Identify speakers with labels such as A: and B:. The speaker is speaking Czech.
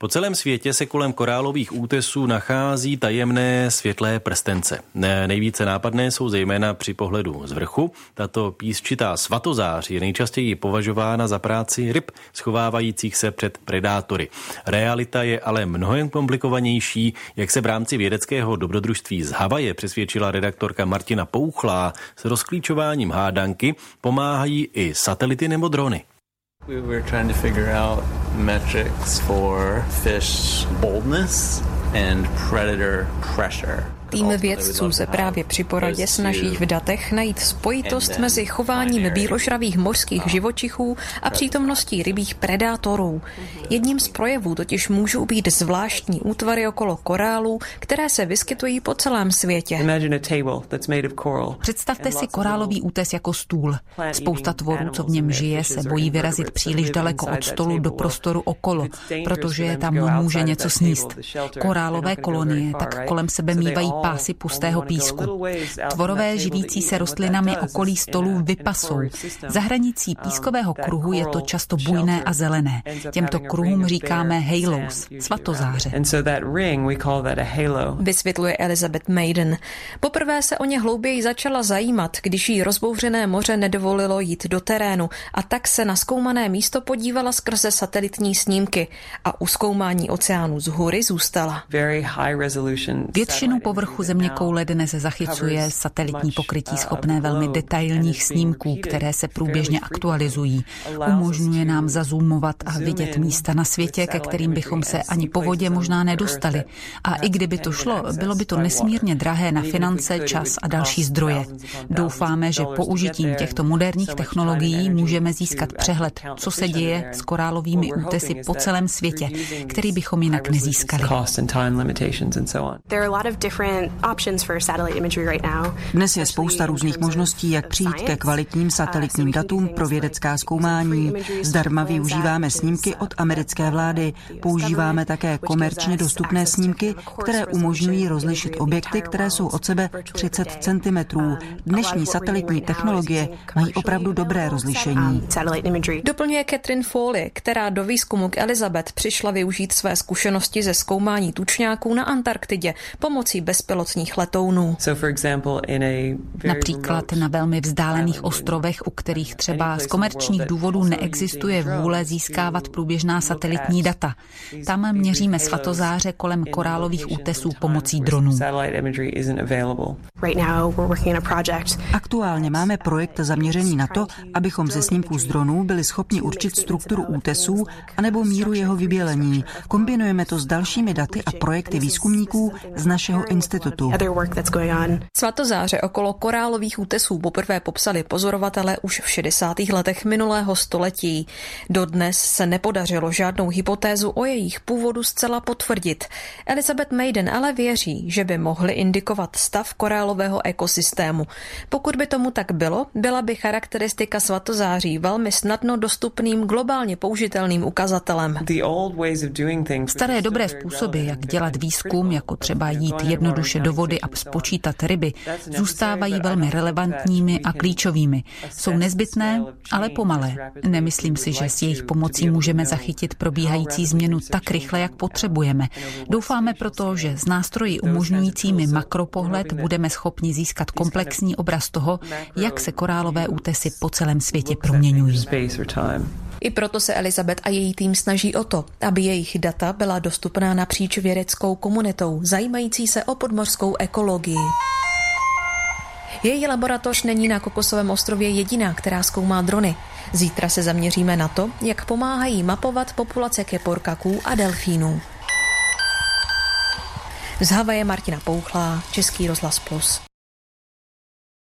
A: Po celém světě se kolem korálových útesů nachází tajemné světlé prstence. Nejvíce nápadné jsou zejména při pohledu z vrchu. Tato písčitá svatozář je nejčastěji považována za práci ryb schovávajících se před predátory. Realita je ale mnohem komplikovanější, jak se v rámci vědeckého dobrodružství z Havaje přesvědčila redaktorka Martina Pouchlá. S rozklíčováním hádanky pomáhají i satelity nebo drony.
B: We were trying to figure out metrics for fish boldness and predator pressure.
C: Tým vědců se právě při poradě snaží v datech najít spojitost mezi chováním býložravých mořských živočichů a přítomností rybích predátorů. Jedním z projevů totiž můžou být zvláštní útvary okolo korálů, které se vyskytují po celém světě.
D: Představte si korálový útes jako stůl. Spousta tvorů, co v něm žije, se bojí vyrazit příliš daleko od stolu do prostoru okolo, protože je tam může něco sníst. Korálové kolonie tak kolem sebe mívají pásy pustého písku. Tvorové živící se rostlinami okolí stolů vypasou. Za hranicí pískového kruhu je to často bujné a zelené. Těmto kruhům říkáme halos, svatozáře.
C: Vysvětluje Elizabeth Maiden. Poprvé se o ně hlouběji začala zajímat, když jí rozbouřené moře nedovolilo jít do terénu, a tak se na zkoumané místo podívala skrze satelitní snímky a u zkoumání oceánu z hůry zůstala.
D: Většinu povrchu zeměkoule dnes zachycuje satelitní pokrytí schopné velmi detailních snímků, které se průběžně aktualizují. Umožňuje nám zazoomovat a vidět místa na světě, ke kterým bychom se ani po vodě možná nedostali. A i kdyby to šlo, bylo by to nesmírně drahé na finance, čas a další zdroje. Doufáme, že použitím těchto moderních technologií můžeme získat přehled, co se děje s korálovými útesy po celém světě, který bychom jinak nezískali.
E: Dnes je spousta různých možností, jak přijít ke kvalitním satelitním datům pro vědecká zkoumání. Zdarma využíváme snímky od americké vlády. Používáme také komerčně dostupné snímky, které umožňují rozlišit objekty, které jsou od sebe 30 cm. Dnešní satelitní technologie mají opravdu dobré rozlišení.
C: Doplňuje Catherine Foley, která do výzkumu k Elizabeth přišla využít své zkušenosti ze zkoumání tučňáků na Antarktidě pomocí bezpilotních letounů.
D: Například na velmi vzdálených ostrovech, u kterých třeba z komerčních důvodů neexistuje vůle získávat průběžná satelitní data. Tam měříme svatozáře kolem korálových útesů pomocí dronů.
E: Aktuálně máme projekt zaměřený na to, abychom ze snímků z dronů byli schopni určit strukturu útesů anebo míru jeho vybělení. Kombinujeme to s dalšími daty a projekty výzkumníků z našeho institutu.
C: Svatozáře okolo korálových útesů poprvé popsali pozorovatelé už v 60. letech minulého století. Dodnes se nepodařilo žádnou hypotézu o jejich původu zcela potvrdit. Elizabeth Maiden ale věří, že by mohly indikovat stav korálového ekosystému. Pokud by tomu tak bylo, byla by charakteristika svatozáří velmi snadno dostupným globálně použitelným ukazatelem.
D: Staré dobré způsoby, jak dělat výzkum, jako třeba jít jednoduše do vody a spočítat ryby, zůstávají velmi relevantními a klíčovými. Jsou nezbytné, ale pomalé. Nemyslím si, že s jejich pomocí můžeme zachytit probíhající změnu tak rychle, jak potřebujeme. Doufáme proto, že s nástroji umožňujícími makropohled budeme schopni získat komplexní obraz toho, jak se korálové útesy po celém světě proměňují.
C: I proto se Elizabeth a její tým snaží o to, aby jejich data byla dostupná napříč vědeckou komunitou, zajímající se o podmořskou ekologii. Její laboratoř není na Kokosovém ostrově jediná, která zkoumá drony. Zítra se zaměříme na to, jak pomáhají mapovat populace keporkaků a delfínů. Z Havaje Martina Pouchlá, Český rozhlas Plus.